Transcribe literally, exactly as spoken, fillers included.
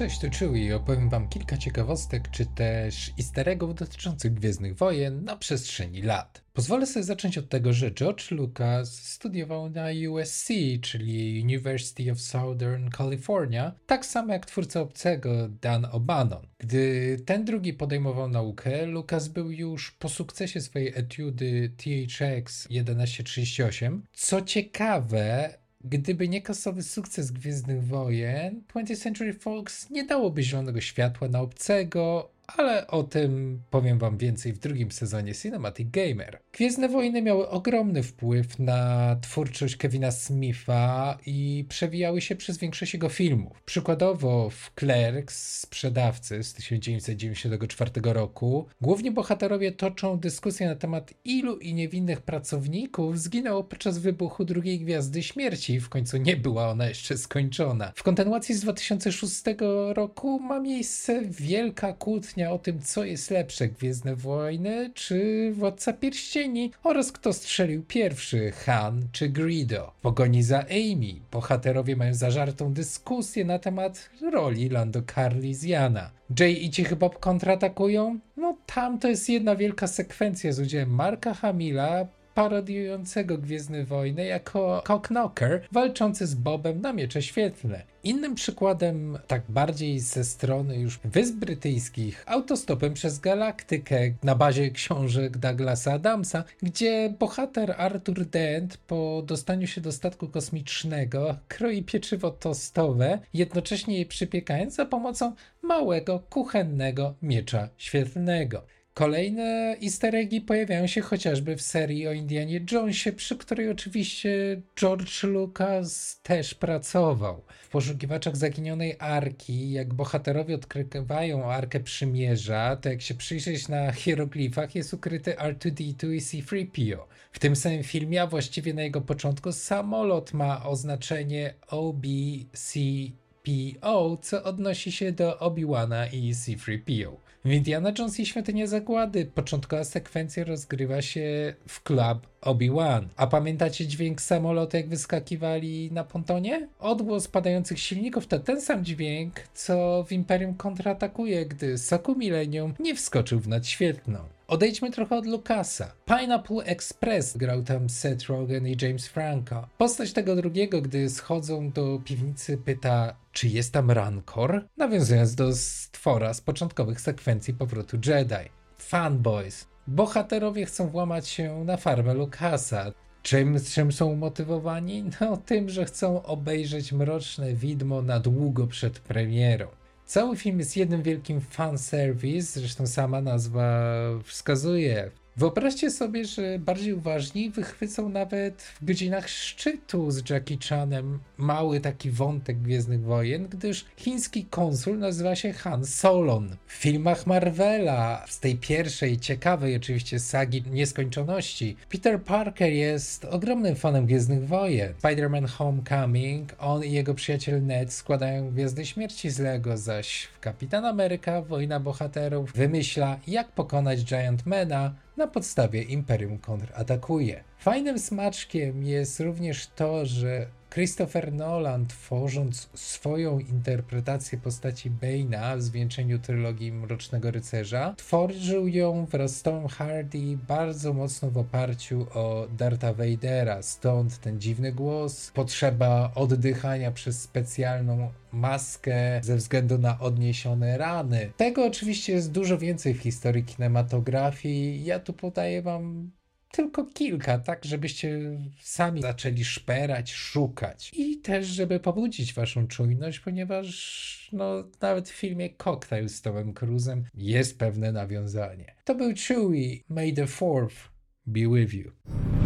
Cześć, to Chewie i opowiem wam kilka ciekawostek, czy też easter eggów dotyczących Gwiezdnych Wojen na przestrzeni lat. Pozwolę sobie zacząć od tego, że George Lucas studiował na U S C, czyli University of Southern California, tak samo jak twórca Obcego Dan O'Bannon. Gdy ten drugi podejmował naukę, Lucas był już po sukcesie swojej etiudy T H X tysiąc trzydzieści osiem. Co ciekawe, gdyby nie kasowy sukces Gwiezdnych Wojen, twentieth Century Fox nie dałoby zielonego światła na Obcego, ale o tym powiem wam więcej w drugim sezonie Cinematic Gamer. Gwiezdne Wojny miały ogromny wpływ na twórczość Kevina Smitha i przewijały się przez większość jego filmów. Przykładowo w Clerks, Sprzedawcy z tysiąc dziewięćset dziewięćdziesiątego czwartego roku, główni bohaterowie toczą dyskusję na temat, ilu i niewinnych pracowników zginęło podczas wybuchu drugiej Gwiazdy Śmierci. W końcu nie była ona jeszcze skończona. W kontynuacji z dwa tysiące szóstego roku ma miejsce wielka kłótnia o tym, co jest lepsze, Gwiezdne Wojny czy Władca Pierścieni, oraz kto strzelił pierwszy, Han czy Greedo. W pogoni za Amy bohaterowie mają zażartą dyskusję na temat roli Lando Calrissiana. Jay i Cichy Bob kontratakują? No tam to jest jedna wielka sekwencja z udziałem Marka Hamilla, parodiującego Gwiezdne Wojny jako Cockknocker, walczący z Bobem na miecze świetlne. Innym przykładem, tak bardziej ze strony już Wysp Brytyjskich, autostopem przez galaktykę na bazie książek Douglasa Adamsa, gdzie bohater Arthur Dent po dostaniu się do statku kosmicznego kroi pieczywo tostowe, jednocześnie je przypiekając za pomocą małego kuchennego miecza świetlnego. Kolejne easter eggi pojawiają się chociażby w serii o Indianie Jonesie, przy której oczywiście George Lucas też pracował. W Poszukiwaczach Zaginionej Arki, jak bohaterowie odkrywają Arkę Przymierza, to jak się przyjrzeć na hieroglifach, jest ukryty R two D two i C three P O. W tym samym filmie, a właściwie na jego początku, samolot ma oznaczenie O B C P O, co odnosi się do Obi-Wana i C three P O. W Indiana Jones i Świątynia Zagłady początkowa sekwencja rozgrywa się w Club Obi-Wan. A pamiętacie dźwięk samolotu, jak wyskakiwali na pontonie? Odgłos padających silników to ten sam dźwięk, co w Imperium kontratakuje, gdy Soku Millennium nie wskoczył w nadświetlną. Odejdźmy trochę od Lucasa. Pineapple Express grał tam Seth Rogen i James Franco. Postać tego drugiego, gdy schodzą do piwnicy, pyta, czy jest tam Rancor? Nawiązując do stwora z początkowych sekwencji Powrotu Jedi. Fanboys. Bohaterowie chcą włamać się na farmę Lucasa. Czym, czym są umotywowani? No tym, że chcą obejrzeć Mroczne Widmo na długo przed premierą. Cały film jest jednym wielkim fanservice, zresztą sama nazwa wskazuje. Wyobraźcie sobie, że bardziej uważni wychwycą nawet w Godzinach Szczytu z Jackie Chanem mały taki wątek Gwiezdnych Wojen, gdyż chiński konsul nazywa się Han Solon. W filmach Marvela, z tej pierwszej, ciekawej oczywiście sagi Nieskończoności, Peter Parker jest ogromnym fanem Gwiezdnych Wojen. Spider-Man Homecoming, on i jego przyjaciel Ned składają Gwiazdy Śmierci z Lego, zaś w Kapitan Ameryka Wojna Bohaterów wymyśla, jak pokonać Giantmana na podstawie Imperium kontratakuje. Fajnym smaczkiem jest również to, że Christopher Nolan, tworząc swoją interpretację postaci Bane'a w zwieńczeniu trylogii Mrocznego Rycerza, tworzył ją wraz z Tomem Hardy bardzo mocno w oparciu o Dartha Vadera, stąd ten dziwny głos, potrzeba oddychania przez specjalną maskę ze względu na odniesione rany. Tego oczywiście jest dużo więcej w historii kinematografii. Ja tu podaję wam tylko kilka, tak żebyście sami zaczęli szperać, szukać i też żeby pobudzić waszą czujność, ponieważ no nawet w filmie Cocktail z Tomem Cruise'em jest pewne nawiązanie. To był Chewie. May the fourth be with you.